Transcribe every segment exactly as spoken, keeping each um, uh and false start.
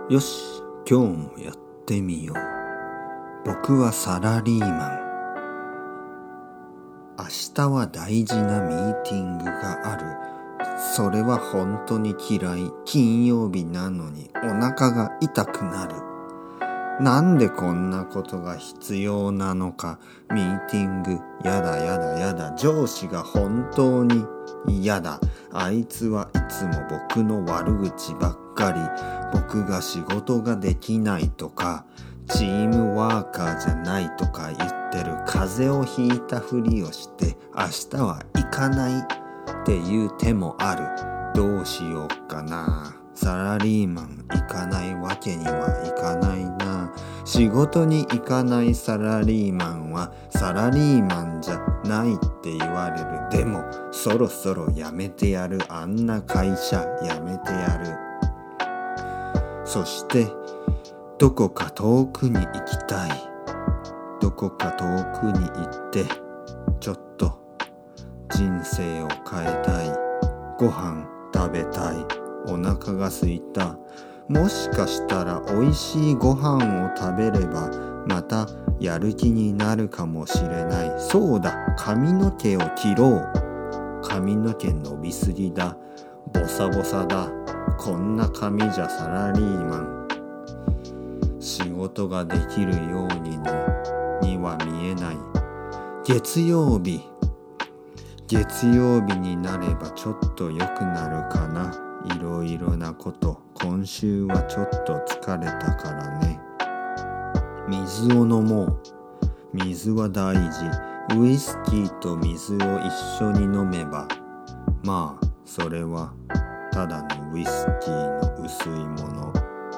よし、今日もやってみよう。僕はサラリーマン。明日は大事なミーティングがある。それは本当に嫌い。金曜日なのにお腹が痛くなる。なんでこんなことが必要なのか。ミーティング、やだやだやだ。上司が本当に嫌だ。あいつはいつも僕の悪口ばっかり。僕が仕事ができないとか、チームワーカーじゃないとか言ってる。風邪をひいたふりをして明日は行かないっていう手もある。どうしようかな。サラリーマン行かないわけにはいかないな。仕事に行かないサラリーマンはサラリーマンじゃないって言われる。でもそろそろ辞めてやる。あんな会社辞めてやる。そしてどこか遠くに行きたい。どこか遠くに行ってちょっと人生を変えたい。ご飯食べたい。お腹が空いた。もしかしたら美味しいご飯を食べればまたやる気になるかもしれない。そうだ、髪の毛を切ろう。髪の毛伸びすぎだ。ボサボサだ。こんな髪じゃサラリーマン仕事ができるようにには見えない。月曜日月曜日になればちょっと良くなるかな。いろいろなこと。今週はちょっと疲れたからね。水を飲もう。水は大事。ウイスキーと水を一緒に飲めばまあそれはただのウイスキーの薄いもの。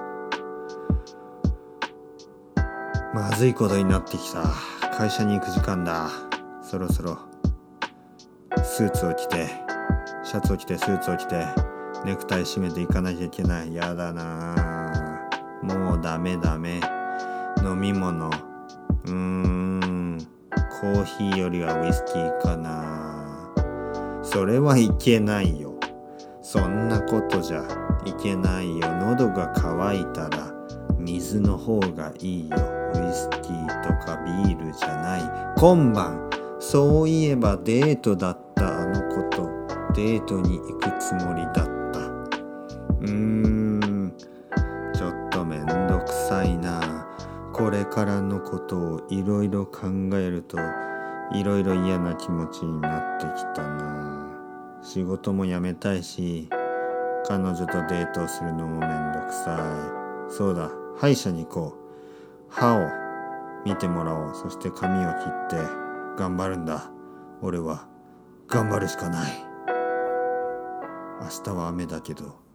まずいことになってきた。会社に行く時間だ。そろそろスーツを着てシャツを着てスーツを着てネクタイ締めていかなきゃいけない。やだな。もうダメダメ。飲み物うーんコーヒーよりはウイスキーかな。それはいけないよ。そんなことじゃいけないよ。喉が渇いたら水の方がいいよ。ウイスキーとかビールじゃない。今晩そういえばデートだった。あの子とデートに行くつもりだった。うーんちょっとめんどくさいな。これからのことをいろいろ考えるといろいろ嫌な気持ちになってきたな。仕事も辞めたいし彼女とデートをするのもめんどくさい。そうだ、歯医者に行こう。歯を見てもらおう。そして髪を切って頑張るんだ。俺は頑張るしかない。明日は雨だけど